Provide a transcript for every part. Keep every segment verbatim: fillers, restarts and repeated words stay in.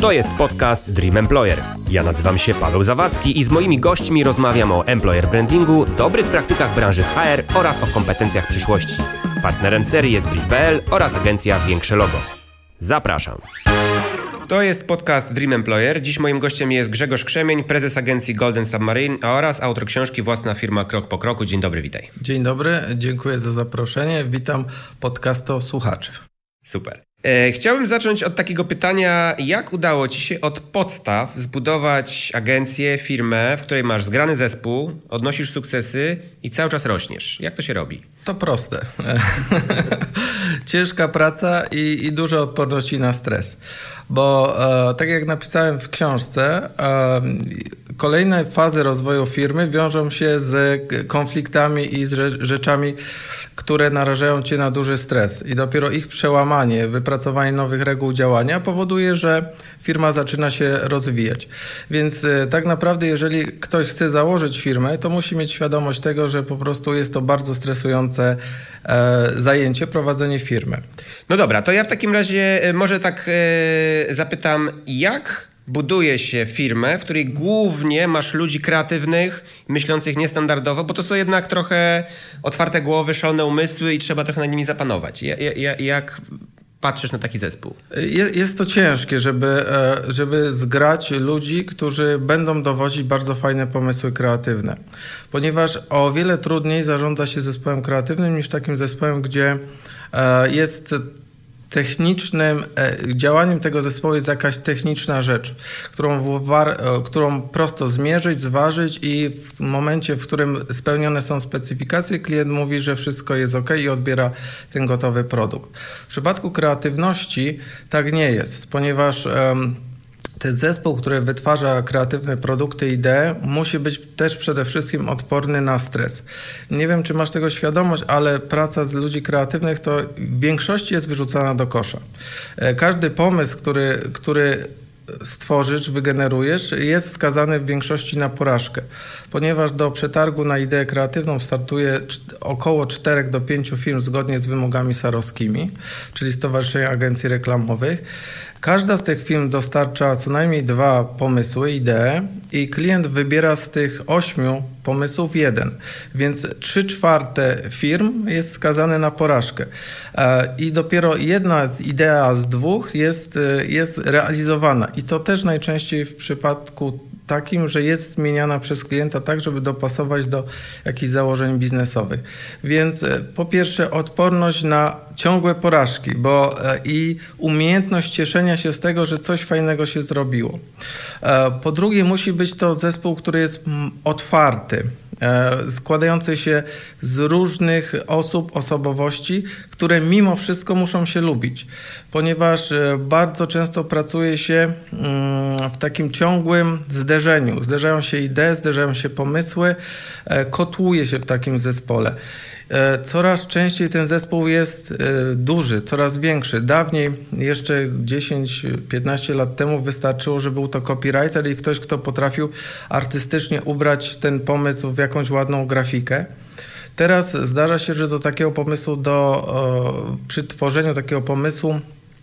To jest podcast Dream Employer. Ja nazywam się Paweł Zawadzki i z moimi gośćmi rozmawiam o employer brandingu, dobrych praktykach branży H R oraz o kompetencjach przyszłości. Partnerem serii jest Brief kropka p l oraz agencja Większe Logo. Zapraszam. To jest podcast Dream Employer. Dziś moim gościem jest Grzegorz Krzemień, prezes agencji Golden Submarine oraz autor książki Własna firma krok po kroku. Dzień dobry, witaj. Dzień dobry, dziękuję za zaproszenie. Witam podcastu słuchaczy. Super. E, chciałbym zacząć od takiego pytania, jak udało Ci się od podstaw zbudować agencję, firmę, w której masz zgrany zespół, odnosisz sukcesy i cały czas rośniesz. Jak to się robi? To proste. Ciężka praca i, i dużo odporności na stres. Bo e, tak jak napisałem w książce, e, kolejne fazy rozwoju firmy wiążą się z konfliktami i z rzeczami, które narażają Cię na duży stres. I dopiero ich przełamanie, wypracowanie nowych reguł działania powoduje, że firma zaczyna się rozwijać. Więc e, tak naprawdę, jeżeli ktoś chce założyć firmę, to musi mieć świadomość tego, że po prostu jest to bardzo stresujące e, zajęcie, prowadzenie firmy. No dobra, to ja w takim razie może tak e, zapytam, jak buduje się firmę, w której głównie masz ludzi kreatywnych, myślących niestandardowo, bo to są jednak trochę otwarte głowy, szalone umysły i trzeba trochę nad nimi zapanować. Ja, ja, jak patrzysz na taki zespół? Jest to ciężkie, żeby, żeby zgrać ludzi, którzy będą dowozić bardzo fajne pomysły kreatywne. Ponieważ o wiele trudniej zarządza się zespołem kreatywnym niż takim zespołem, gdzie jest technicznym działaniem tego zespołu jest jakaś techniczna rzecz, którą, war, którą prosto zmierzyć, zważyć i w momencie, w którym spełnione są specyfikacje, klient mówi, że wszystko jest ok i odbiera ten gotowy produkt. W przypadku kreatywności tak nie jest, ponieważ um, ten zespół, który wytwarza kreatywne produkty, idee, musi być też przede wszystkim odporny na stres. Nie wiem, czy masz tego świadomość, ale praca z ludzi kreatywnych to w większości jest wyrzucana do kosza. Każdy pomysł, który, który stworzysz, wygenerujesz, jest skazany w większości na porażkę, ponieważ do przetargu na ideę kreatywną startuje około czterech do pięciu firm zgodnie z wymogami sarowskimi, czyli Stowarzyszenia Agencji Reklamowych. Każda z tych firm dostarcza co najmniej dwa pomysły, idee i klient wybiera z tych ośmiu pomysłów jeden, więc trzy czwarte firm jest skazane na porażkę i dopiero jedna idea z dwóch jest, jest realizowana i to też najczęściej w przypadku takim, że jest zmieniana przez klienta tak, żeby dopasować do jakichś założeń biznesowych. Więc po pierwsze odporność na ciągłe porażki, bo i umiejętność cieszenia się z tego, że coś fajnego się zrobiło. Po drugie musi być to zespół, który jest otwarty, składający się z różnych osób, osobowości, które mimo wszystko muszą się lubić, ponieważ bardzo często pracuje się w takim ciągłym zderzeniu. Zderzają się idee, zderzają się pomysły, kotłuje się w takim zespole. Coraz częściej ten zespół jest duży, coraz większy. Dawniej, jeszcze dziesięć piętnaście lat temu wystarczyło, że był to copywriter i ktoś, kto potrafił artystycznie ubrać ten pomysł w jakąś ładną grafikę. Teraz zdarza się, że do takiego pomysłu, do, przy tworzeniu takiego pomysłu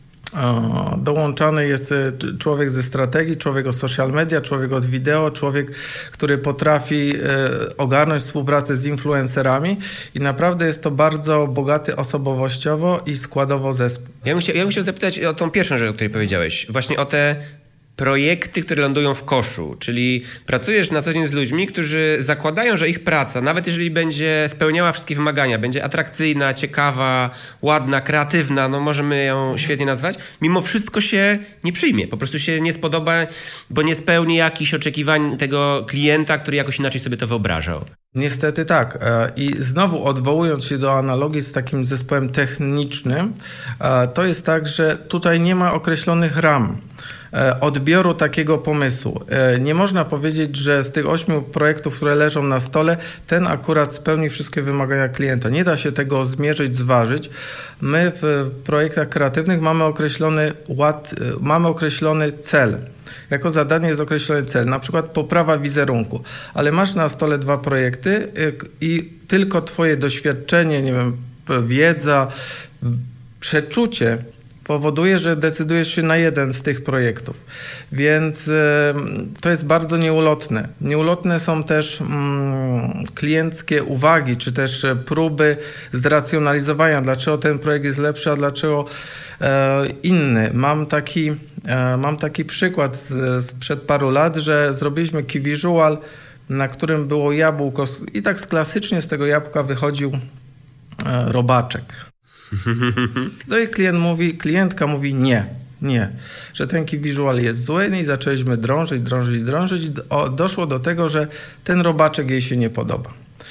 dołączany jest człowiek ze strategii, człowiek od social media, człowiek od wideo, człowiek, który potrafi ogarnąć współpracę z influencerami i naprawdę jest to bardzo bogaty osobowościowo i składowo zespół. Ja bym chciał, ja bym chciał zapytać o tą pierwszą rzecz, o której powiedziałeś, właśnie o te projekty, które lądują w koszu, czyli pracujesz na co dzień z ludźmi, którzy zakładają, że ich praca, nawet jeżeli będzie spełniała wszystkie wymagania, będzie atrakcyjna, ciekawa, ładna, kreatywna, no możemy ją świetnie nazwać, mimo wszystko się nie przyjmie, po prostu się nie spodoba, bo nie spełni jakichś oczekiwań tego klienta, który jakoś inaczej sobie to wyobrażał. Niestety tak. I znowu odwołując się do analogii z takim zespołem technicznym, to jest tak, że tutaj nie ma określonych ram odbioru takiego pomysłu. Nie można powiedzieć, że z tych ośmiu projektów, które leżą na stole, ten akurat spełni wszystkie wymagania klienta. Nie da się tego zmierzyć, zważyć. My w projektach kreatywnych mamy określony ład, mamy określony cel. Jako zadanie jest określony cel, na przykład poprawa wizerunku, ale masz na stole dwa projekty i tylko twoje doświadczenie, nie wiem, wiedza, przeczucie powoduje, że decydujesz się na jeden z tych projektów. Więc to jest bardzo nieulotne. Nieulotne są też mm, klienckie uwagi, czy też próby zracjonalizowania, dlaczego ten projekt jest lepszy, a dlaczego e, inny. Mam taki, e, mam taki przykład z, sprzed paru lat, że zrobiliśmy key visual, na którym było jabłko i tak klasycznie z tego jabłka wychodził e, robaczek. No i klient mówi, klientka mówi nie, nie, że ten key visual jest zły i zaczęliśmy drążyć, drążyć, drążyć. O, doszło do tego, że ten robaczek jej się nie podoba.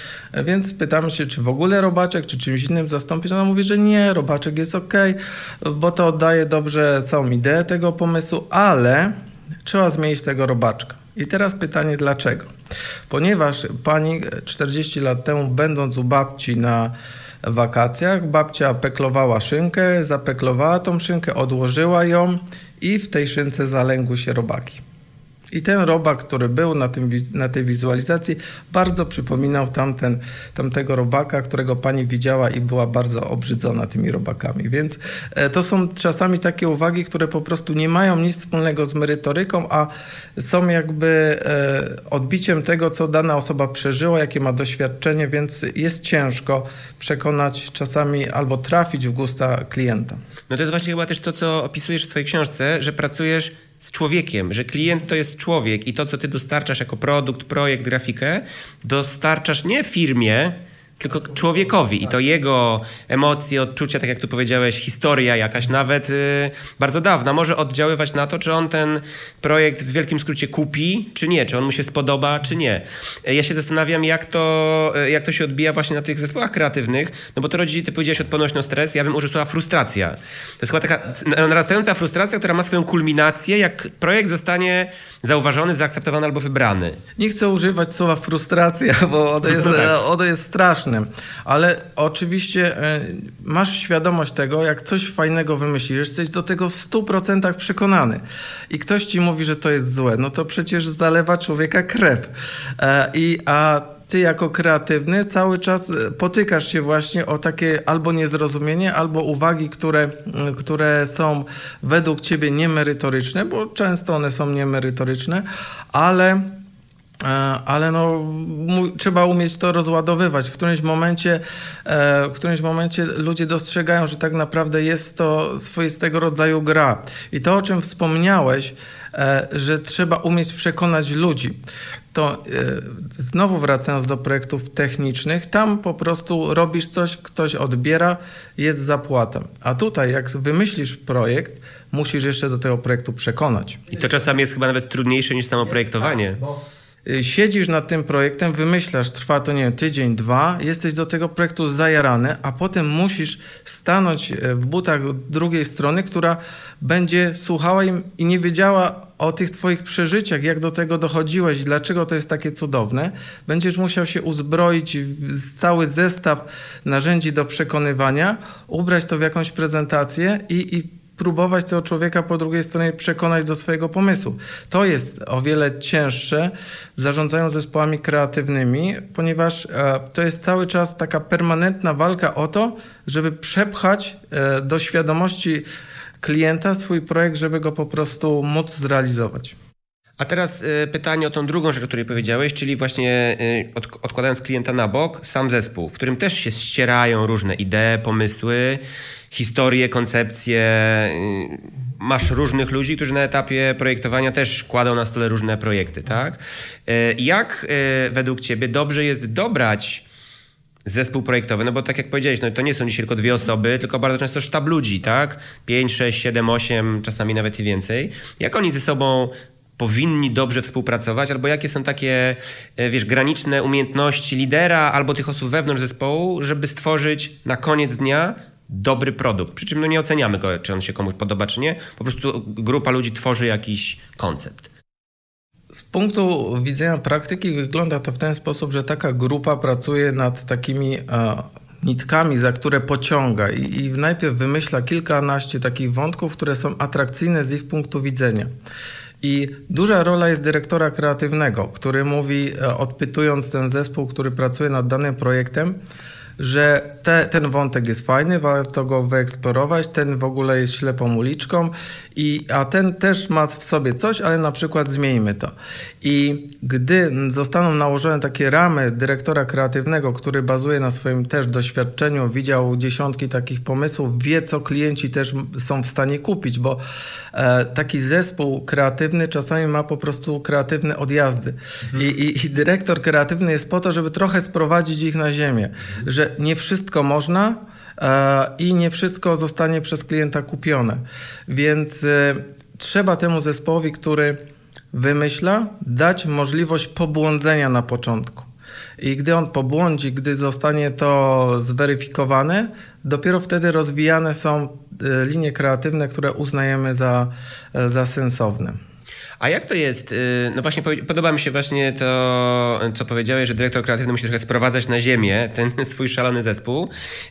Więc pytamy się, czy w ogóle robaczek, czy czymś innym zastąpić. Ona mówi, że nie, robaczek jest okej, bo to oddaje dobrze całą ideę tego pomysłu, ale trzeba zmienić tego robaczka. I teraz pytanie, dlaczego? Ponieważ pani czterdzieści lat temu, będąc u babci na wakacjach, babcia peklowała szynkę, zapeklowała tą szynkę, odłożyła ją i w tej szynce zalęgły się robaki. I ten robak, który był na, tym, na tej wizualizacji, bardzo przypominał tamten, tamtego robaka, którego pani widziała i była bardzo obrzydzona tymi robakami. Więc e, to są czasami takie uwagi, które po prostu nie mają nic wspólnego z merytoryką, a są jakby e, odbiciem tego, co dana osoba przeżyła, jakie ma doświadczenie, więc jest ciężko przekonać czasami albo trafić w gusta klienta. No to jest właśnie chyba też to, co opisujesz w swojej książce, że pracujesz z człowiekiem, że klient to jest człowiek i to, co ty dostarczasz jako produkt, projekt, grafikę, dostarczasz nie firmie, tylko człowiekowi i to jego emocje, odczucia, tak jak tu powiedziałeś, historia jakaś nawet yy, bardzo dawna może oddziaływać na to, czy on ten projekt w wielkim skrócie kupi, czy nie, czy on mu się spodoba, czy nie. Ja się zastanawiam, jak to, jak to się odbija właśnie na tych zespołach kreatywnych, no bo to rodzi, ty powiedziałeś, odporność na stres, ja bym użył słowa frustracja. To jest chyba taka narastająca frustracja, która ma swoją kulminację, jak projekt zostanie zauważony, zaakceptowany albo wybrany. Nie chcę używać słowa frustracja, bo ono jest, no tak. ono jest straszne. Ale oczywiście masz świadomość tego, jak coś fajnego wymyślisz, jesteś do tego w stu procentach przekonany i ktoś ci mówi, że to jest złe, no to przecież zalewa człowieka krew. I, a ty jako kreatywny cały czas potykasz się właśnie o takie albo niezrozumienie, albo uwagi, które, które są według ciebie niemerytoryczne, bo często one są niemerytoryczne, ale... ale no, mu, trzeba umieć to rozładowywać. W którymś momencie, e, w którymś momencie ludzie dostrzegają, że tak naprawdę jest to swoistego rodzaju gra. I to, o czym wspomniałeś, e, że trzeba umieć przekonać ludzi. To e, znowu wracając do projektów technicznych, tam po prostu robisz coś, ktoś odbiera, jest zapłata. A tutaj, jak wymyślisz projekt, musisz jeszcze do tego projektu przekonać. I to czasami jest chyba nawet trudniejsze niż samo projektowanie. Siedzisz nad tym projektem, wymyślasz, trwa to, nie wiem, tydzień, dwa, jesteś do tego projektu zajarany, a potem musisz stanąć w butach drugiej strony, która będzie słuchała im i nie wiedziała o tych twoich przeżyciach, jak do tego dochodziłeś, dlaczego to jest takie cudowne. Będziesz musiał się uzbroić w cały zestaw narzędzi do przekonywania, ubrać to w jakąś prezentację i, i próbować tego człowieka po drugiej stronie przekonać do swojego pomysłu. To jest o wiele cięższe zarządzając zespołami kreatywnymi, ponieważ e, to jest cały czas taka permanentna walka o to, żeby przepchać e, do świadomości klienta swój projekt, żeby go po prostu móc zrealizować. A teraz y, pytanie o tą drugą rzecz, o której powiedziałeś, czyli właśnie y, od, odkładając klienta na bok, sam zespół, w którym też się ścierają różne idee, pomysły, historie, koncepcje. Y, masz różnych ludzi, którzy na etapie projektowania też kładą na stole różne projekty, tak? Y, jak y, według ciebie dobrze jest dobrać zespół projektowy? No bo tak jak powiedziałeś, no to nie są dzisiaj tylko dwie osoby, tylko bardzo często sztab ludzi, tak? Pięć, sześć, siedem, osiem, czasami nawet i więcej. Jak oni ze sobą powinni dobrze współpracować, albo jakie są takie, wiesz, graniczne umiejętności lidera albo tych osób wewnątrz zespołu, żeby stworzyć na koniec dnia dobry produkt. Przy czym no nie oceniamy go, czy on się komuś podoba, czy nie. Po prostu grupa ludzi tworzy jakiś koncept. Z punktu widzenia praktyki wygląda to w ten sposób, że taka grupa pracuje nad takimi e, nitkami, za które pociąga i, i najpierw wymyśla kilkanaście takich wątków, które są atrakcyjne z ich punktu widzenia. I duża rola jest dyrektora kreatywnego, który mówi, odpytując ten zespół, który pracuje nad danym projektem, że te, ten wątek jest fajny, warto go wyeksplorować, ten w ogóle jest ślepą uliczką, i, a ten też ma w sobie coś, ale na przykład zmieńmy to. I gdy zostaną nałożone takie ramy dyrektora kreatywnego, który bazuje na swoim też doświadczeniu, widział dziesiątki takich pomysłów, wie, co klienci też są w stanie kupić, bo e, taki zespół kreatywny czasami ma po prostu kreatywne odjazdy. Mhm. I, i, I dyrektor kreatywny jest po to, żeby trochę sprowadzić ich na ziemię, mhm. że nie wszystko można e, i nie wszystko zostanie przez klienta kupione. Więc e, trzeba temu zespołowi, który wymyśla, dać możliwość pobłądzenia na początku. I gdy on pobłądzi, gdy zostanie to zweryfikowane, dopiero wtedy rozwijane są linie kreatywne, które uznajemy za, za sensowne. A jak to jest? No właśnie, podoba mi się właśnie to, co powiedziałeś, że dyrektor kreatywny musi trochę sprowadzać na ziemię ten swój szalony zespół.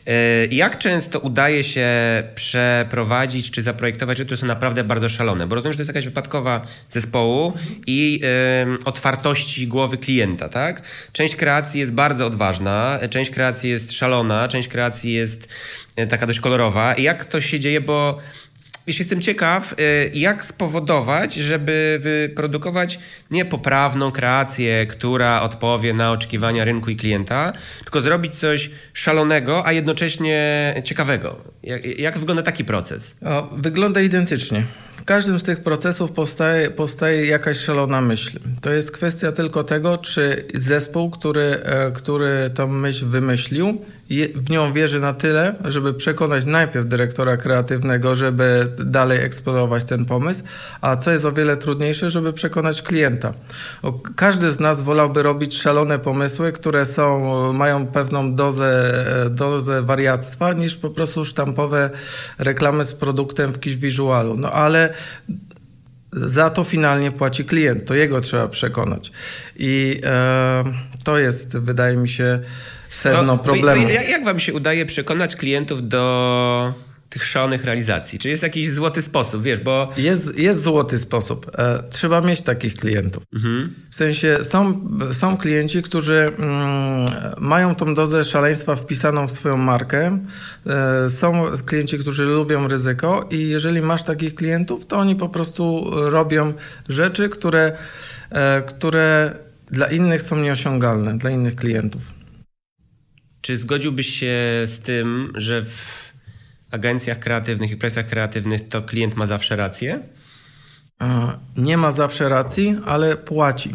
Jak często udaje się przeprowadzić czy zaprojektować rzeczy, które są naprawdę bardzo szalone? Bo rozumiem, że to jest jakaś wypadkowa zespołu i y, otwartości głowy klienta, tak? Część kreacji jest bardzo odważna, część kreacji jest szalona, część kreacji jest taka dość kolorowa. I jak to się dzieje, bo wiesz, jestem ciekaw, jak spowodować, żeby wyprodukować nie poprawną kreację, która odpowie na oczekiwania rynku i klienta, tylko zrobić coś szalonego, a jednocześnie ciekawego. Jak, jak wygląda taki proces? O, wygląda identycznie. W każdym z tych procesów powstaje, powstaje jakaś szalona myśl. To jest kwestia tylko tego, czy zespół, który, który tą myśl wymyślił, w nią wierzy na tyle, żeby przekonać najpierw dyrektora kreatywnego, żeby dalej eksplorować ten pomysł, a co jest o wiele trudniejsze, żeby przekonać klienta. Każdy z nas wolałby robić szalone pomysły, które są, mają pewną dozę, dozę wariactwa, niż po prostu sztampowe reklamy z produktem w jakimś wizualu. No ale za to finalnie płaci klient, to jego trzeba przekonać. I e, to jest, wydaje mi się, sedno to, problemu. To, to, jak wam się udaje przekonać klientów do tych szalonych realizacji? Czy jest jakiś złoty sposób, wiesz, bo... Jest, jest złoty sposób. E, trzeba mieć takich klientów. Mhm. W sensie są, są klienci, którzy mm, mają tą dozę szaleństwa wpisaną w swoją markę. E, są klienci, którzy lubią ryzyko i jeżeli masz takich klientów, to oni po prostu robią rzeczy, które, e, które dla innych są nieosiągalne, dla innych klientów. Czy zgodziłbyś się z tym, że w agencjach kreatywnych i presjach kreatywnych to klient ma zawsze rację? Nie ma zawsze racji, ale płaci.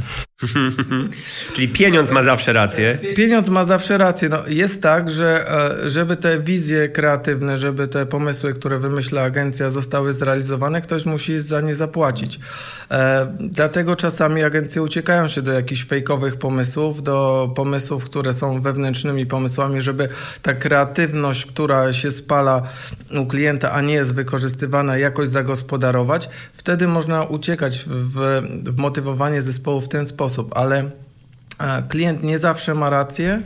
Czyli pieniądz ma zawsze rację. Pieniądz ma zawsze rację. No, jest tak, że żeby te wizje kreatywne, żeby te pomysły, które wymyśla agencja, zostały zrealizowane, ktoś musi za nie zapłacić. E, dlatego czasami agencje uciekają się do jakichś fejkowych pomysłów, do pomysłów, które są wewnętrznymi pomysłami, żeby ta kreatywność, która się spala u klienta, a nie jest wykorzystywana, jakoś zagospodarować. Wtedy można uciekać w, w motywowanie zespołu w ten sposób, ale klient nie zawsze ma rację,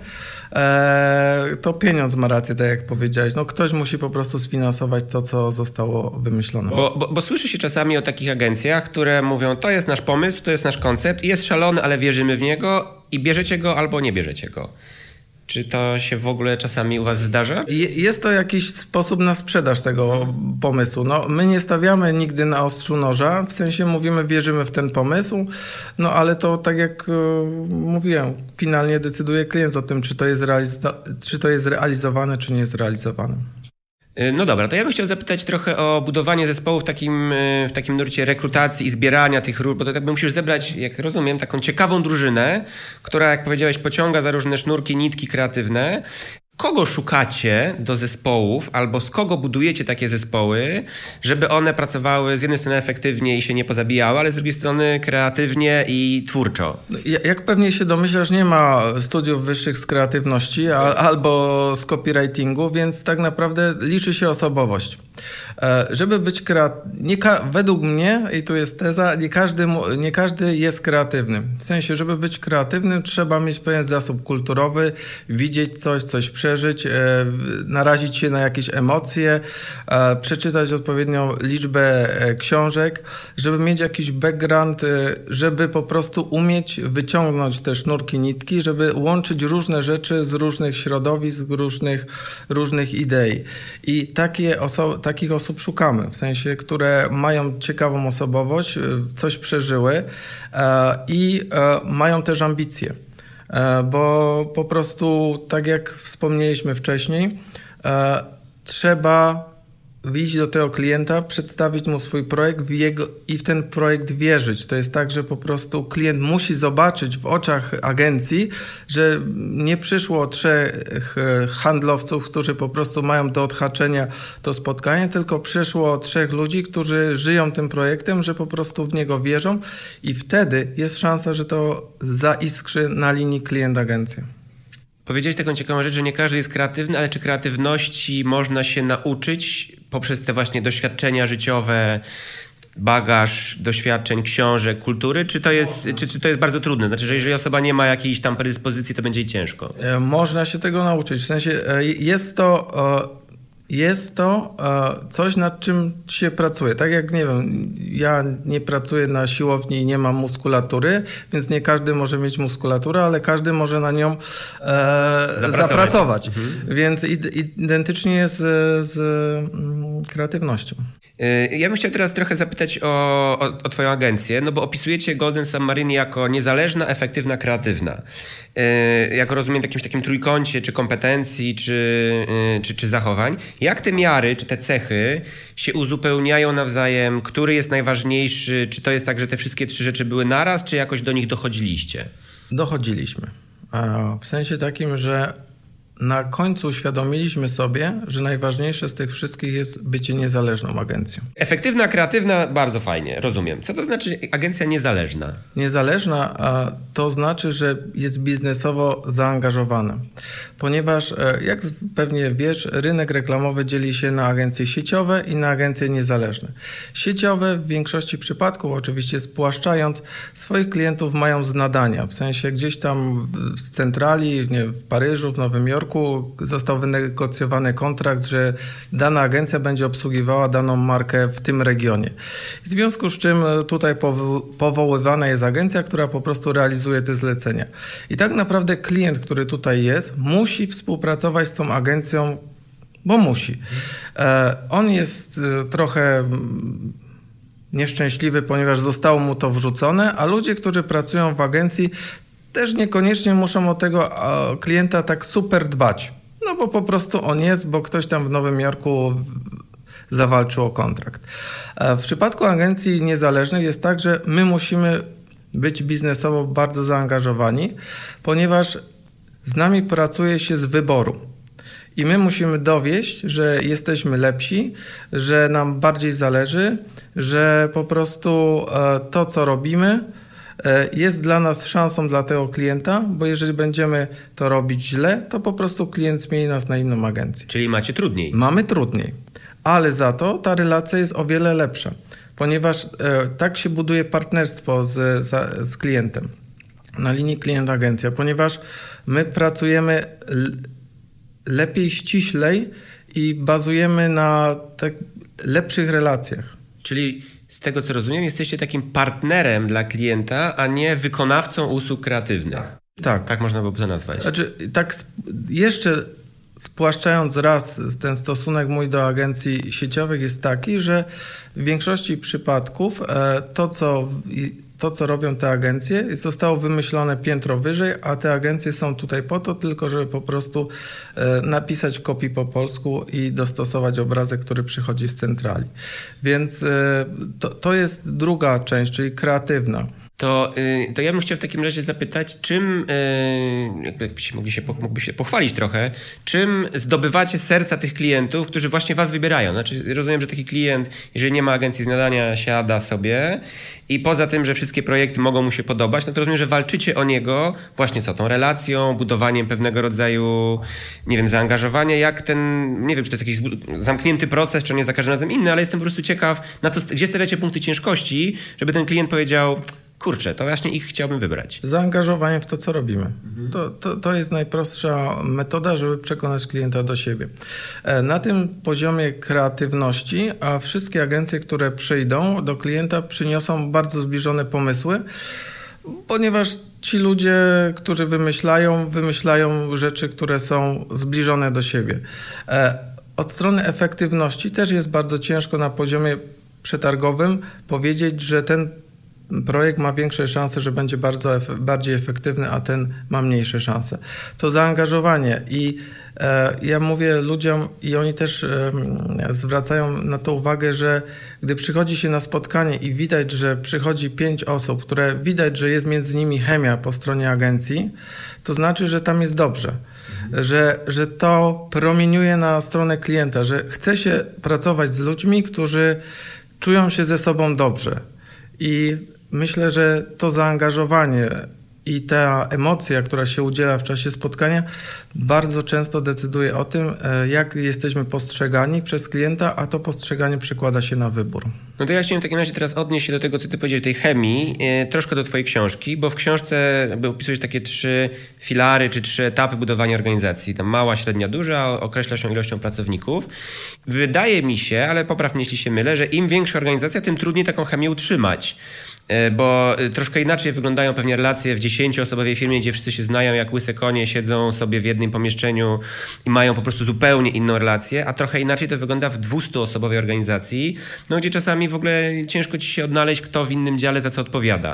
to pieniądz ma rację, tak jak powiedziałeś. No, ktoś musi po prostu sfinansować to, co zostało wymyślone. Bo, bo, bo słyszy się czasami o takich agencjach, które mówią, to jest nasz pomysł, to jest nasz koncept, jest szalony, ale wierzymy w niego i bierzecie go albo nie bierzecie go. Czy to się w ogóle czasami u was zdarza? Jest to jakiś sposób na sprzedaż tego pomysłu. No, my nie stawiamy nigdy na ostrzu noża, w sensie mówimy, wierzymy w ten pomysł, no ale to tak jak y, mówiłem, finalnie decyduje klient o tym, czy to jest, realiza- czy to jest realizowane, czy nie jest realizowane. No dobra, to ja bym chciał zapytać trochę o budowanie zespołu w takim, w takim nurcie rekrutacji i zbierania tych ról, bo to tak musisz zebrać, jak rozumiem, taką ciekawą drużynę, która, jak powiedziałeś, pociąga za różne sznurki, nitki kreatywne. Kogo szukacie do zespołów albo z kogo budujecie takie zespoły, żeby one pracowały z jednej strony efektywnie i się nie pozabijały, ale z drugiej strony kreatywnie i twórczo? Jak pewnie się domyślasz, nie ma studiów wyższych z kreatywności a, albo z copywritingu, więc tak naprawdę liczy się osobowość. Żeby być kreatywnym, według mnie, i tu jest teza, nie każdy, nie każdy jest kreatywny. W sensie, żeby być kreatywnym, trzeba mieć pewien zasób kulturowy, widzieć coś, coś przeżyć, narazić się na jakieś emocje, przeczytać odpowiednią liczbę książek, żeby mieć jakiś background, żeby po prostu umieć wyciągnąć te sznurki, nitki, żeby łączyć różne rzeczy z różnych środowisk, różnych, różnych idei. I takie oso- takich osób szukamy, w sensie, które mają ciekawą osobowość, coś przeżyły e, i e, mają też ambicje. E, bo po prostu, tak jak wspomnieliśmy wcześniej, e, trzeba wyjść do tego klienta, przedstawić mu swój projekt w jego, i w ten projekt wierzyć. To jest tak, że po prostu klient musi zobaczyć w oczach agencji, że nie przyszło trzech handlowców, którzy po prostu mają do odhaczenia to spotkanie, tylko przyszło trzech ludzi, którzy żyją tym projektem, że po prostu w niego wierzą i wtedy jest szansa, że to zaiskrzy na linii klient-agencja. Powiedziałeś taką ciekawą rzecz, że nie każdy jest kreatywny, ale czy kreatywności można się nauczyć poprzez te właśnie doświadczenia życiowe, bagaż doświadczeń, książek, kultury, czy to jest, czy, czy to jest bardzo trudne? Znaczy, że jeżeli osoba nie ma jakiejś tam predyspozycji, to będzie jej ciężko. Można się tego nauczyć. W sensie jest to... Jest to coś, nad czym się pracuje. Tak jak, nie wiem, ja nie pracuję na siłowni i nie mam muskulatury, więc nie każdy może mieć muskulaturę, ale każdy może na nią e, zapracować. zapracować. Mhm. Więc identycznie jest z, z mm, kreatywnością. Ja bym chciał teraz trochę zapytać o, o, o twoją agencję, no bo opisujecie Golden Submarine jako niezależna, efektywna, kreatywna. Jak rozumiem w jakimś takim trójkącie, czy kompetencji, czy, czy, czy zachowań. Jak te miary, czy te cechy się uzupełniają nawzajem? Który jest najważniejszy? Czy to jest tak, że te wszystkie trzy rzeczy były naraz, czy jakoś do nich dochodziliście? Dochodziliśmy. W sensie takim, że na końcu uświadomiliśmy sobie, że najważniejsze z tych wszystkich jest bycie niezależną agencją. Efektywna, kreatywna, bardzo fajnie, rozumiem. Co to znaczy agencja niezależna? Niezależna a to znaczy, że jest biznesowo zaangażowana. Ponieważ, jak pewnie wiesz, rynek reklamowy dzieli się na agencje sieciowe i na agencje niezależne. Sieciowe w większości przypadków, oczywiście spłaszczając, swoich klientów mają z nadania. W sensie gdzieś tam z centrali, nie, w Paryżu, w Nowym Jorku został wynegocjowany kontrakt, że dana agencja będzie obsługiwała daną markę w tym regionie. W związku z czym tutaj powoływana jest agencja, która po prostu realizuje te zlecenia. I tak naprawdę klient, który tutaj jest, musi współpracować z tą agencją, bo musi. On jest trochę nieszczęśliwy, ponieważ zostało mu to wrzucone, a ludzie, którzy pracują w agencji, też niekoniecznie muszą o tego klienta tak super dbać. No bo po prostu on jest, bo ktoś tam w Nowym Jorku zawalczył o kontrakt. W przypadku agencji niezależnych jest tak, że my musimy być biznesowo bardzo zaangażowani, ponieważ z nami pracuje się z wyboru. I my musimy dowieść, że jesteśmy lepsi, że nam bardziej zależy, że po prostu to, co robimy, jest dla nas szansą dla tego klienta, bo jeżeli będziemy to robić źle, to po prostu klient zmieni nas na inną agencję. Czyli macie trudniej. Mamy trudniej, ale za to ta relacja jest o wiele lepsza, ponieważ e, tak się buduje partnerstwo z, z, z klientem na linii klient-agencja, ponieważ my pracujemy l- lepiej, ściślej i bazujemy na tak lepszych relacjach. Czyli z tego, co rozumiem, jesteście takim partnerem dla klienta, a nie wykonawcą usług kreatywnych. Tak. Tak można by to nazwać. Znaczy, tak jeszcze spłaszczając raz ten stosunek mój do agencji sieciowych jest taki, że w większości przypadków to, co, to, co robią te agencje, zostało wymyślone piętro wyżej, a te agencje są tutaj po to tylko, żeby po prostu napisać kopii po polsku i dostosować obrazek, który przychodzi z centrali. Więc to, to jest druga część, czyli kreatywna. To, yy, to ja bym chciał w takim razie zapytać, czym, yy, jakbyście mogli się, mógłby się pochwalić trochę, czym zdobywacie serca tych klientów, którzy właśnie was wybierają? Znaczy, rozumiem, że taki klient, jeżeli nie ma agencji znadania, siada sobie i poza tym, że wszystkie projekty mogą mu się podobać, no to rozumiem, że walczycie o niego właśnie co, tą relacją, budowaniem pewnego rodzaju, nie wiem, zaangażowania, jak ten, nie wiem, czy to jest jakiś zamknięty proces, czy on jest za każdym razem inny, ale jestem po prostu ciekaw, na co, gdzie stawiacie punkty ciężkości, żeby ten klient powiedział, kurczę, to właśnie ich chciałbym wybrać. Zaangażowanie w to, co robimy. Mhm. To, to, to jest najprostsza metoda, żeby przekonać klienta do siebie. Na tym poziomie kreatywności, a wszystkie agencje, które przyjdą do klienta, przyniosą bardzo zbliżone pomysły, ponieważ ci ludzie, którzy wymyślają, wymyślają rzeczy, które są zbliżone do siebie. Od strony efektywności też jest bardzo ciężko na poziomie przetargowym powiedzieć, że ten projekt ma większe szanse, że będzie bardzo ef- bardziej efektywny, a ten ma mniejsze szanse. To zaangażowanie i e, ja mówię ludziom i oni też e, zwracają na to uwagę, że gdy przychodzi się na spotkanie i widać, że przychodzi pięć osób, które widać, że jest między nimi chemia po stronie agencji, to znaczy, że tam jest dobrze. Mhm. Że, że to promieniuje na stronę klienta, że chce się pracować z ludźmi, którzy czują się ze sobą dobrze. I myślę, że to zaangażowanie i ta emocja, która się udziela w czasie spotkania, bardzo często decyduje o tym, jak jesteśmy postrzegani przez klienta, a to postrzeganie przekłada się na wybór. No to ja chciałem w takim razie teraz odnieść się do tego, co ty powiedziałeś, tej chemii, yy, troszkę do twojej książki, bo w książce jakby opisujesz takie trzy filary, czy trzy etapy budowania organizacji. Tam mała, średnia, duża, określasz ją ilością pracowników. Wydaje mi się, ale popraw mnie, jeśli się mylę, że im większa organizacja, tym trudniej taką chemię utrzymać. Bo troszkę inaczej wyglądają pewnie relacje w dziesięcioosobowej firmie, gdzie wszyscy się znają jak łyse konie, siedzą sobie w jednym pomieszczeniu i mają po prostu zupełnie inną relację, a trochę inaczej to wygląda w dwustuosobowej organizacji, no gdzie czasami w ogóle ciężko ci się odnaleźć, kto w innym dziale za co odpowiada.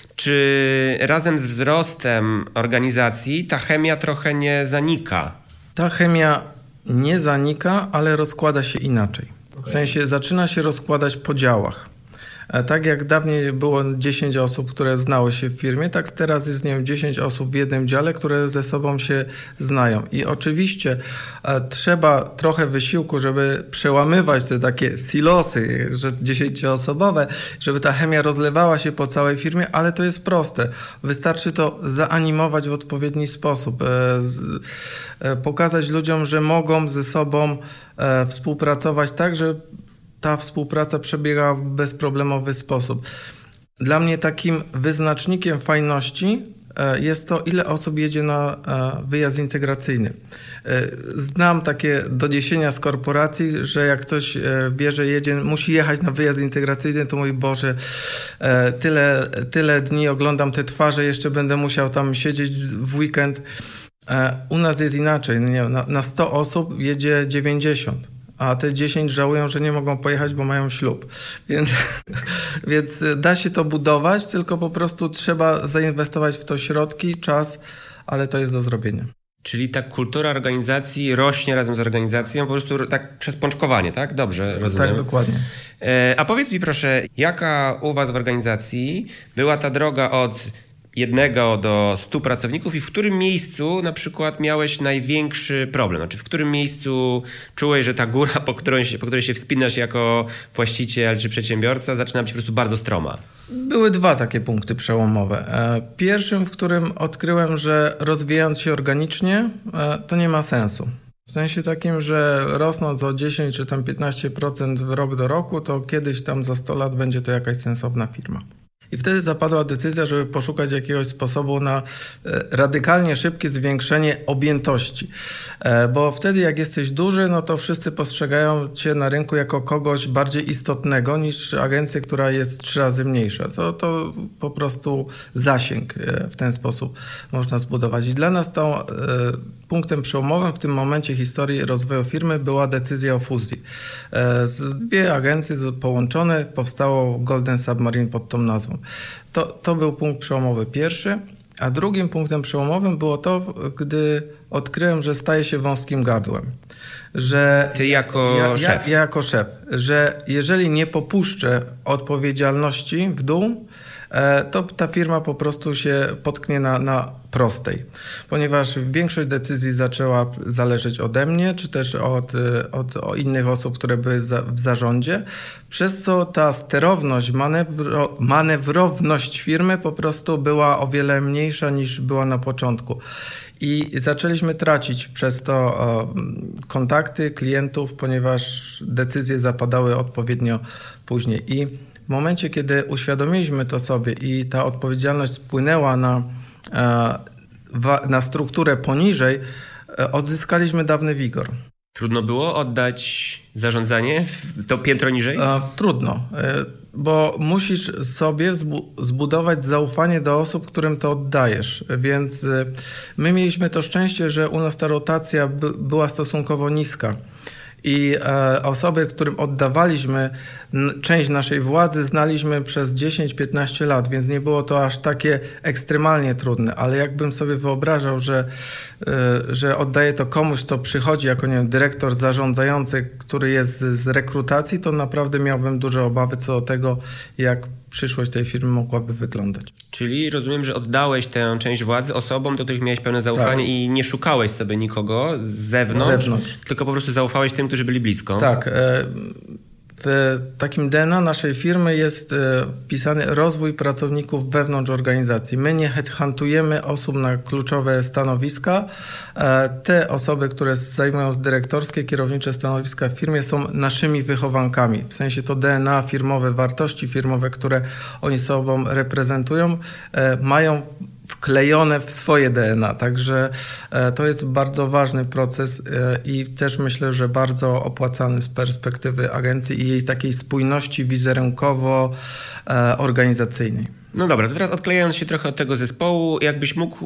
Czy razem z wzrostem organizacji ta chemia trochę nie zanika? Ta chemia nie zanika, ale rozkłada się inaczej. W sensie zaczyna się rozkładać po działach. Tak jak dawniej było dziesięć osób, które znały się w firmie, tak teraz jest, nie wiem, dziesięć osób w jednym dziale, które ze sobą się znają. I oczywiście e, trzeba trochę wysiłku, żeby przełamywać te takie silosy, że dziesięcioosobowe, żeby ta chemia rozlewała się po całej firmie, ale to jest proste. Wystarczy to zaanimować w odpowiedni sposób. E, z, e, pokazać ludziom, że mogą ze sobą e, współpracować tak, że ta współpraca przebiega w bezproblemowy sposób. Dla mnie takim wyznacznikiem fajności jest to, ile osób jedzie na wyjazd integracyjny. Znam takie doniesienia z korporacji, że jak ktoś wie, że jedzie, musi jechać na wyjazd integracyjny, to mówi, Boże, tyle, tyle dni oglądam te twarze, jeszcze będę musiał tam siedzieć w weekend. U nas jest inaczej. Nie, na, na sto osób jedzie dziewięćdziesiąt. A te dziesięć żałują, że nie mogą pojechać, bo mają ślub. Więc, więc da się to budować, tylko po prostu trzeba zainwestować w to środki, czas, ale to jest do zrobienia. Czyli ta kultura organizacji rośnie razem z organizacją, po prostu tak przez pączkowanie, tak? Dobrze rozumiem. Tak, dokładnie. A powiedz mi proszę, jaka u was w organizacji była ta droga od jednego do stu pracowników i w którym miejscu na przykład miałeś największy problem? Znaczy w którym miejscu czułeś, że ta góra, po której się, po której się wspinasz jako właściciel czy przedsiębiorca, zaczyna być po prostu bardzo stroma? Były dwa takie punkty przełomowe. Pierwszym, w którym odkryłem, że rozwijając się organicznie, to nie ma sensu. W sensie takim, że rosnąc o dziesięć czy tam piętnaście procent rok do roku, to kiedyś tam za sto lat będzie to jakaś sensowna firma. I wtedy zapadła decyzja, żeby poszukać jakiegoś sposobu na radykalnie szybkie zwiększenie objętości. Bo wtedy jak jesteś duży, no to wszyscy postrzegają cię na rynku jako kogoś bardziej istotnego niż agencję, która jest trzy razy mniejsza. To, to po prostu zasięg w ten sposób można zbudować. I dla nas to punktem przełomowym w tym momencie historii rozwoju firmy była decyzja o fuzji. Z dwie agencje połączone powstało Golden Submarine pod tą nazwą. To, to był punkt przełomowy pierwszy, a drugim punktem przełomowym było to, gdy odkryłem, że staję się wąskim gardłem. Że Ty jako ja, szef. Ja, ja jako szef, że jeżeli nie popuszczę odpowiedzialności w dół, to ta firma po prostu się potknie na, na prostej, ponieważ większość decyzji zaczęła zależeć ode mnie, czy też od, od, od innych osób, które były za, w zarządzie, przez co ta sterowność, manewro, manewrowność firmy po prostu była o wiele mniejsza niż była na początku. I zaczęliśmy tracić przez to o, kontakty klientów, ponieważ decyzje zapadały odpowiednio później. I w momencie, kiedy uświadomiliśmy to sobie i ta odpowiedzialność spłynęła na, na strukturę poniżej, odzyskaliśmy dawny wigor. Trudno było oddać zarządzanie to piętro niżej? E, trudno, e, bo musisz sobie zbudować zaufanie do osób, którym to oddajesz. Więc e, my mieliśmy to szczęście, że u nas ta rotacja by, była stosunkowo niska. I e, osoby, którym oddawaliśmy n, część naszej władzy, znaliśmy przez dziesięć piętnaście lat, więc nie było to aż takie ekstremalnie trudne. Ale jakbym sobie wyobrażał, że, e, że oddaję to komuś, kto przychodzi jako, nie wiem, dyrektor zarządzający, który jest z, z rekrutacji, to naprawdę miałbym duże obawy co do tego, jak przyszłość tej firmy mogłaby wyglądać. Czyli rozumiem, że oddałeś tę część władzy osobom, do których miałeś pełne zaufanie, tak. I nie szukałeś sobie nikogo z zewnątrz, z zewnątrz, tylko po prostu zaufałeś tym, którzy byli blisko. Tak. W takim D N A naszej firmy jest wpisany rozwój pracowników wewnątrz organizacji. My nie headhuntujemy osób na kluczowe stanowiska. Te osoby, które zajmują dyrektorskie, kierownicze stanowiska w firmie, są naszymi wychowankami. W sensie to D N A firmowe, wartości firmowe, które oni sobą reprezentują, mają wklejone w swoje D N A. Także to jest bardzo ważny proces i też myślę, że bardzo opłacalny z perspektywy agencji i jej takiej spójności wizerunkowo-organizacyjnej. No dobra, to teraz odklejając się trochę od tego zespołu, jakbyś mógł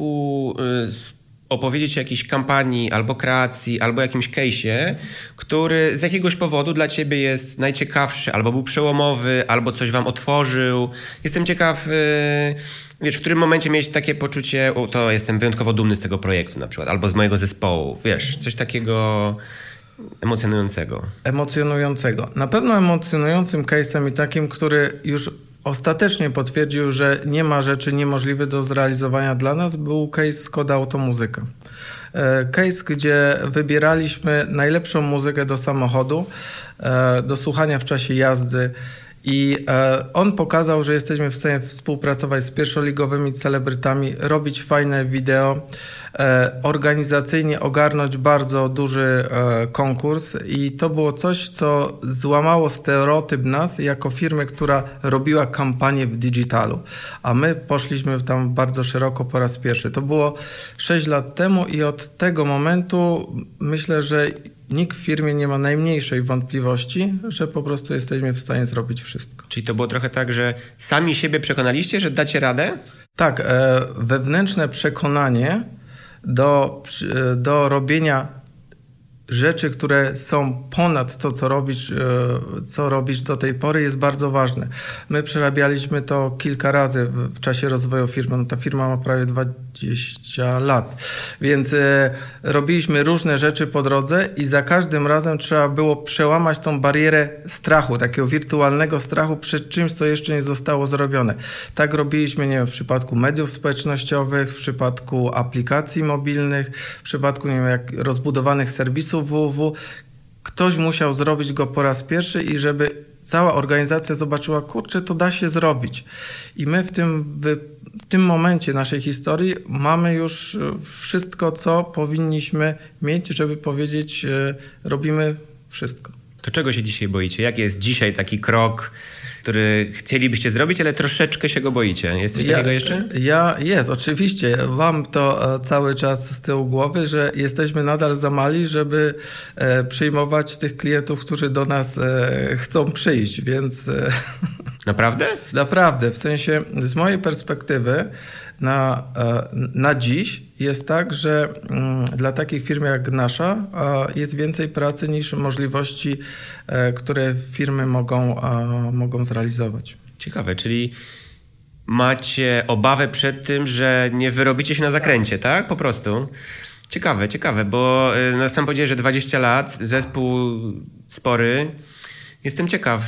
opowiedzieć o jakiejś kampanii albo kreacji, albo jakimś case'ie, który z jakiegoś powodu dla ciebie jest najciekawszy, albo był przełomowy, albo coś wam otworzył. Jestem ciekaw, wiesz, w którym momencie miałeś takie poczucie, o, to jestem wyjątkowo dumny z tego projektu na przykład, albo z mojego zespołu, wiesz, coś takiego emocjonującego. Emocjonującego. Na pewno emocjonującym case'em i takim, który już ostatecznie potwierdził, że nie ma rzeczy niemożliwych do zrealizowania dla nas, był case Skoda Automuzyka. Case, gdzie wybieraliśmy najlepszą muzykę do samochodu, do słuchania w czasie jazdy i on pokazał, że jesteśmy w stanie współpracować z pierwszoligowymi celebrytami, robić fajne wideo, organizacyjnie ogarnąć bardzo duży konkurs i to było coś, co złamało stereotyp nas jako firmy, która robiła kampanię w digitalu, a my poszliśmy tam bardzo szeroko po raz pierwszy. To było sześć lat temu i od tego momentu myślę, że nikt w firmie nie ma najmniejszej wątpliwości, że po prostu jesteśmy w stanie zrobić wszystko. Czyli to było trochę tak, że sami siebie przekonaliście, że dacie radę? Tak, wewnętrzne przekonanie do, do robienia rzeczy, które są ponad to, co robisz, co robisz do tej pory, jest bardzo ważne. My przerabialiśmy to kilka razy w czasie rozwoju firmy. No, ta firma ma prawie dwadzieścia lat, więc e, robiliśmy różne rzeczy po drodze i za każdym razem trzeba było przełamać tą barierę strachu, takiego wirtualnego strachu przed czymś, co jeszcze nie zostało zrobione. Tak robiliśmy, nie wiem, w przypadku mediów społecznościowych, w przypadku aplikacji mobilnych, w przypadku, nie wiem, jak rozbudowanych serwisów www. Ktoś musiał zrobić go po raz pierwszy i żeby cała organizacja zobaczyła, kurczę, to da się zrobić. I my w tym, w tym momencie naszej historii mamy już wszystko, co powinniśmy mieć, żeby powiedzieć, robimy wszystko. To czego się dzisiaj boicie? Jaki jest dzisiaj taki krok, który chcielibyście zrobić, ale troszeczkę się go boicie? Jest coś ja, takiego jeszcze? Ja, jest, oczywiście. Mam to cały czas z tyłu głowy, że jesteśmy nadal za mali, żeby e, przyjmować tych klientów, którzy do nas e, chcą przyjść, więc... E, Naprawdę? Naprawdę. W sensie, z mojej perspektywy, na, na dziś jest tak, że dla takich firm jak nasza jest więcej pracy niż możliwości, które firmy mogą, mogą zrealizować. Ciekawe, czyli macie obawę przed tym, że nie wyrobicie się na zakręcie, tak? Po prostu. Ciekawe, ciekawe, bo no, sam powiedziałeś, że dwadzieścia lat, zespół spory. Jestem ciekaw,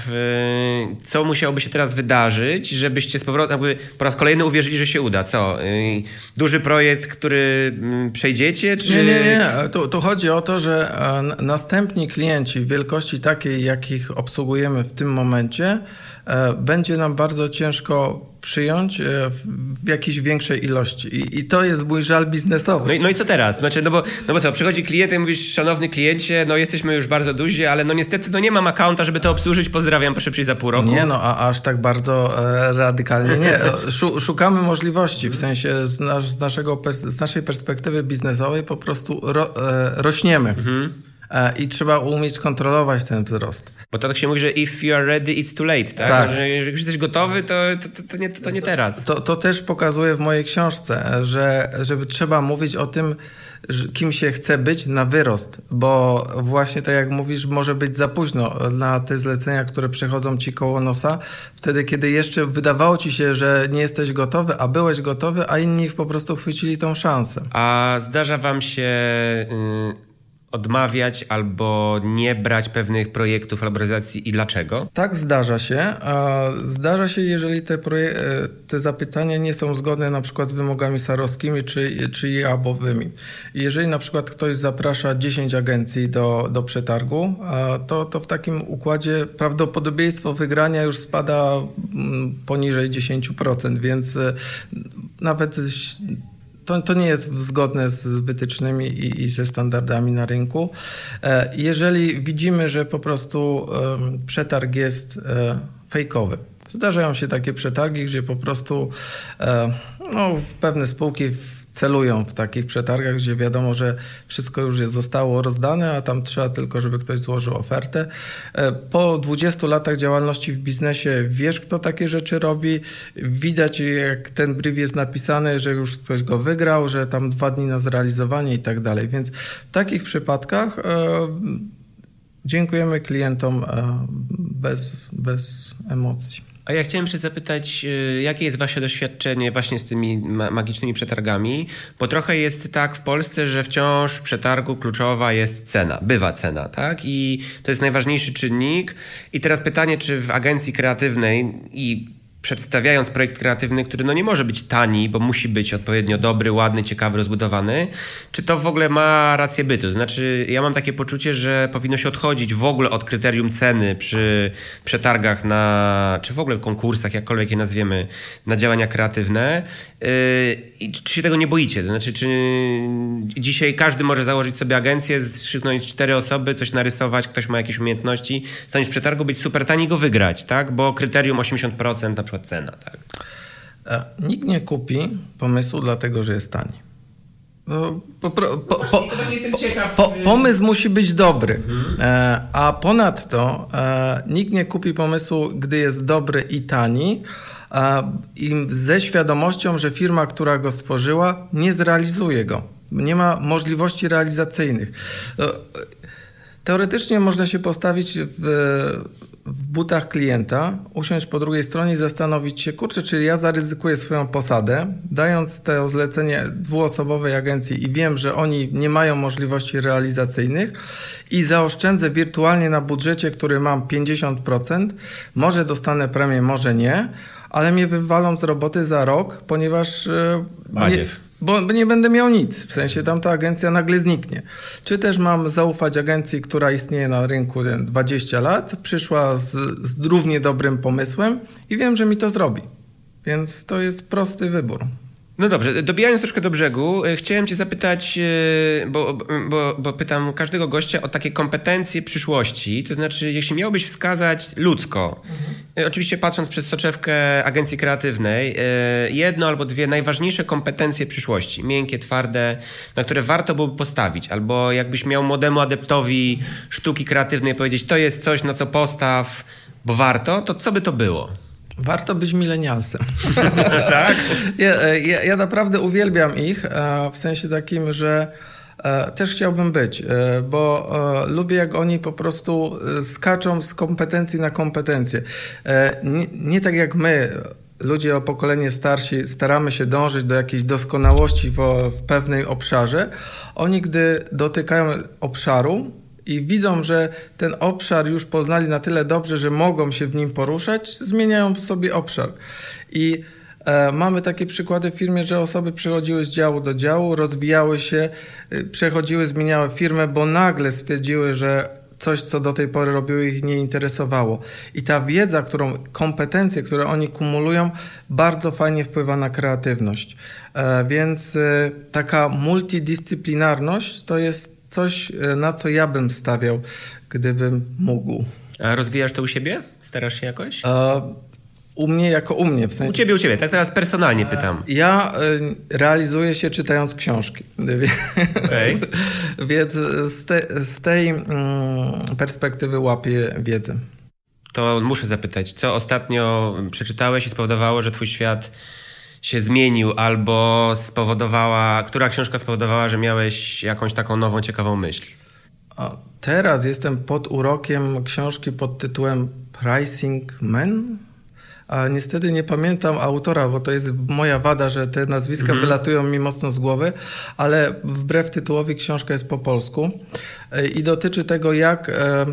co musiałoby się teraz wydarzyć, żebyście z powrotem jakby po raz kolejny uwierzyli, że się uda. Co? Duży projekt, który przejdziecie? Czy... Nie, nie, nie. Tu, tu chodzi o to, że następni klienci w wielkości takiej, jakich obsługujemy w tym momencie, będzie nam bardzo ciężko przyjąć w jakiejś większej ilości. I, i to jest mój żal biznesowy. No i, no i co teraz? Znaczy, no bo, no bo co, przychodzi klient i mówisz, szanowny kliencie, no jesteśmy już bardzo duzi, ale no niestety no nie mam accounta, żeby to obsłużyć, pozdrawiam, proszę przyjść za pół roku. Nie, no a aż tak bardzo e, radykalnie nie. Szukamy możliwości, w sensie z, nas, z, naszego, z naszej perspektywy biznesowej po prostu ro, e, rośniemy. Mhm. I trzeba umieć kontrolować ten wzrost. Bo to tak się mówi, że if you are ready, it's too late, tak? tak. Że jak już jesteś gotowy, to, to, to, nie, to, to nie teraz. To, to też pokazuję w mojej książce, że żeby trzeba mówić o tym, kim się chce być na wyrost, bo właśnie tak jak mówisz, może być za późno na te zlecenia, które przechodzą ci koło nosa, wtedy kiedy jeszcze wydawało ci się, że nie jesteś gotowy, a byłeś gotowy, a inni po prostu chwycili tą szansę. A zdarza wam się... Yy... odmawiać albo nie brać pewnych projektów albo realizacji i dlaczego? Tak, zdarza się. Zdarza się, jeżeli te, proje- te zapytania nie są zgodne na przykład z wymogami sarowskimi czy, czy I A B-owymi. Jeżeli na przykład ktoś zaprasza dziesięć agencji do, do przetargu, to, to w takim układzie prawdopodobieństwo wygrania już spada poniżej dziesięć procent, więc nawet... To, to nie jest zgodne z wytycznymi i, i ze standardami na rynku. Jeżeli widzimy, że po prostu um, przetarg jest um, fejkowy, zdarzają się takie przetargi, gdzie po prostu um, no, pewne spółki celują w takich przetargach, gdzie wiadomo, że wszystko już jest, zostało rozdane, a tam trzeba tylko, żeby ktoś złożył ofertę. Po dwudziestu latach działalności w biznesie wiesz, kto takie rzeczy robi. Widać, jak ten brief jest napisany, że już ktoś go wygrał, że tam dwa dni na zrealizowanie i tak dalej. Więc w takich przypadkach e, dziękujemy klientom e, bez, bez emocji. A ja chciałem się zapytać, jakie jest wasze doświadczenie właśnie z tymi magicznymi przetargami? Bo trochę jest tak w Polsce, że wciąż w przetargu kluczowa jest cena, bywa cena, tak? I to jest najważniejszy czynnik. I teraz pytanie, czy w agencji kreatywnej i przedstawiając projekt kreatywny, który no nie może być tani, bo musi być odpowiednio dobry, ładny, ciekawy, rozbudowany, czy to w ogóle ma rację bytu? To znaczy, ja mam takie poczucie, że powinno się odchodzić w ogóle od kryterium ceny przy przetargach na, czy w ogóle konkursach, jakkolwiek je nazwiemy, na działania kreatywne. I czy się tego nie boicie? To znaczy, czy dzisiaj każdy może założyć sobie agencję, zszyknąć cztery osoby, coś narysować, ktoś ma jakieś umiejętności, stanąć w przetargu, być super tani i go wygrać, tak? Bo kryterium osiemdziesiąt procent na przykład cena, tak? Nikt nie kupi pomysłu dlatego, że jest tani. No, po, po, po, po, po, pomysł musi być dobry, hmm. a ponadto nikt nie kupi pomysłu, gdy jest dobry i tani, i ze świadomością, że firma, która go stworzyła, nie zrealizuje go. Nie ma możliwości realizacyjnych. Teoretycznie można się postawić w, w butach klienta, usiąść po drugiej stronie i zastanowić się, kurczę, czy ja zaryzykuję swoją posadę, dając to zlecenie dwuosobowej agencji i wiem, że oni nie mają możliwości realizacyjnych i zaoszczędzę wirtualnie na budżecie, który mam pięćdziesiąt procent, może dostanę premię, może nie, ale mnie wywalą z roboty za rok, ponieważ nie, bo nie będę miał nic, w sensie tam ta agencja nagle zniknie. Czy też mam zaufać agencji, która istnieje na rynku dwadzieścia lat, przyszła z, z równie dobrym pomysłem i wiem, że mi to zrobi. Więc to jest prosty wybór. No dobrze, dobijając troszkę do brzegu, chciałem cię zapytać, bo, bo, bo pytam każdego gościa o takie kompetencje przyszłości, to znaczy jeśli miałbyś wskazać ludzko, mhm. oczywiście patrząc przez soczewkę agencji kreatywnej, jedno albo dwie najważniejsze kompetencje przyszłości, miękkie, twarde, na które warto byłoby postawić, albo jakbyś miał młodemu adeptowi sztuki kreatywnej powiedzieć, to jest coś, na co postaw, bo warto, to co by to było? Warto być milenialsem. Tak? Ja, ja, ja naprawdę uwielbiam ich, w sensie takim, że też chciałbym być, bo lubię, jak oni po prostu skaczą z kompetencji na kompetencję. Nie, nie tak jak my, ludzie o pokolenie starsi, staramy się dążyć do jakiejś doskonałości w, w pewnym obszarze. Oni, gdy dotykają obszaru, i widzą, że ten obszar już poznali na tyle dobrze, że mogą się w nim poruszać, zmieniają sobie obszar. I e, mamy takie przykłady w firmie, że osoby przechodziły z działu do działu, rozwijały się, y, przechodziły, zmieniały firmę, bo nagle stwierdziły, że coś, co do tej pory robiły, ich nie interesowało. I ta wiedza, którą, kompetencje, które oni kumulują, bardzo fajnie wpływa na kreatywność. E, więc e, taka multidyscyplinarność to jest coś, e, na co ja bym stawiał, gdybym mógł. A rozwijasz to u siebie? Starasz się jakoś? E, U mnie jako u mnie, w sensie. U ciebie, u ciebie, tak teraz personalnie pytam. Ja y, realizuję się czytając książki, okay. Więc z, te, z tej mm, perspektywy łapię wiedzę. To muszę zapytać, co ostatnio przeczytałeś i spowodowało, że twój świat się zmienił, albo spowodowała, która książka spowodowała, że miałeś jakąś taką nową, ciekawą myśl? A teraz jestem pod urokiem książki pod tytułem Pricing Man. A niestety nie pamiętam autora, bo to jest moja wada, że te nazwiska mhm. wylatują mi mocno z głowy, ale wbrew tytułowi książka jest po polsku i dotyczy tego, jak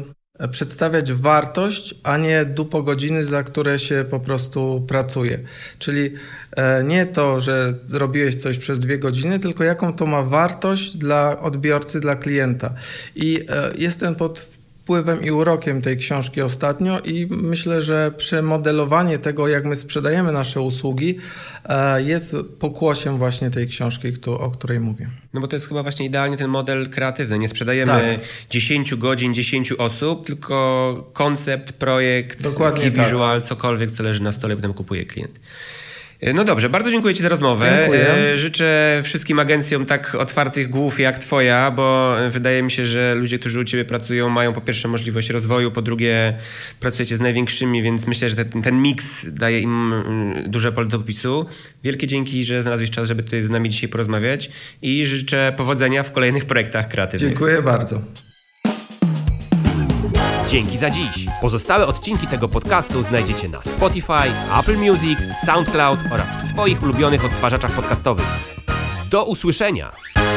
e, przedstawiać wartość, a nie dupogodziny, za które się po prostu pracuje. Czyli e, nie to, że zrobiłeś coś przez dwie godziny, tylko jaką to ma wartość dla odbiorcy, dla klienta. I e, jestem pod wpływem i urokiem tej książki ostatnio i myślę, że przemodelowanie tego, jak my sprzedajemy nasze usługi, jest pokłosiem właśnie tej książki, o której mówię. No bo to jest chyba właśnie idealnie ten model kreatywny. Nie sprzedajemy tak. dziesięć godzin, dziesięć osób, tylko koncept, projekt, dokładnie key visual, tak. cokolwiek, co leży na stole, potem kupuje klient. No dobrze, bardzo dziękuję Ci za rozmowę. Dziękuję. Życzę wszystkim agencjom tak otwartych głów jak Twoja, bo wydaje mi się, że ludzie, którzy u Ciebie pracują, mają po pierwsze możliwość rozwoju, po drugie pracujecie z największymi, więc myślę, że ten, ten miks daje im duże pole do popisu. Wielkie dzięki, że znalazłeś czas, żeby tutaj z nami dzisiaj porozmawiać i życzę powodzenia w kolejnych projektach kreatywnych. Dziękuję bardzo. Dzięki za dziś. Pozostałe odcinki tego podcastu znajdziecie na Spotify, Apple Music, SoundCloud oraz w swoich ulubionych odtwarzaczach podcastowych. Do usłyszenia!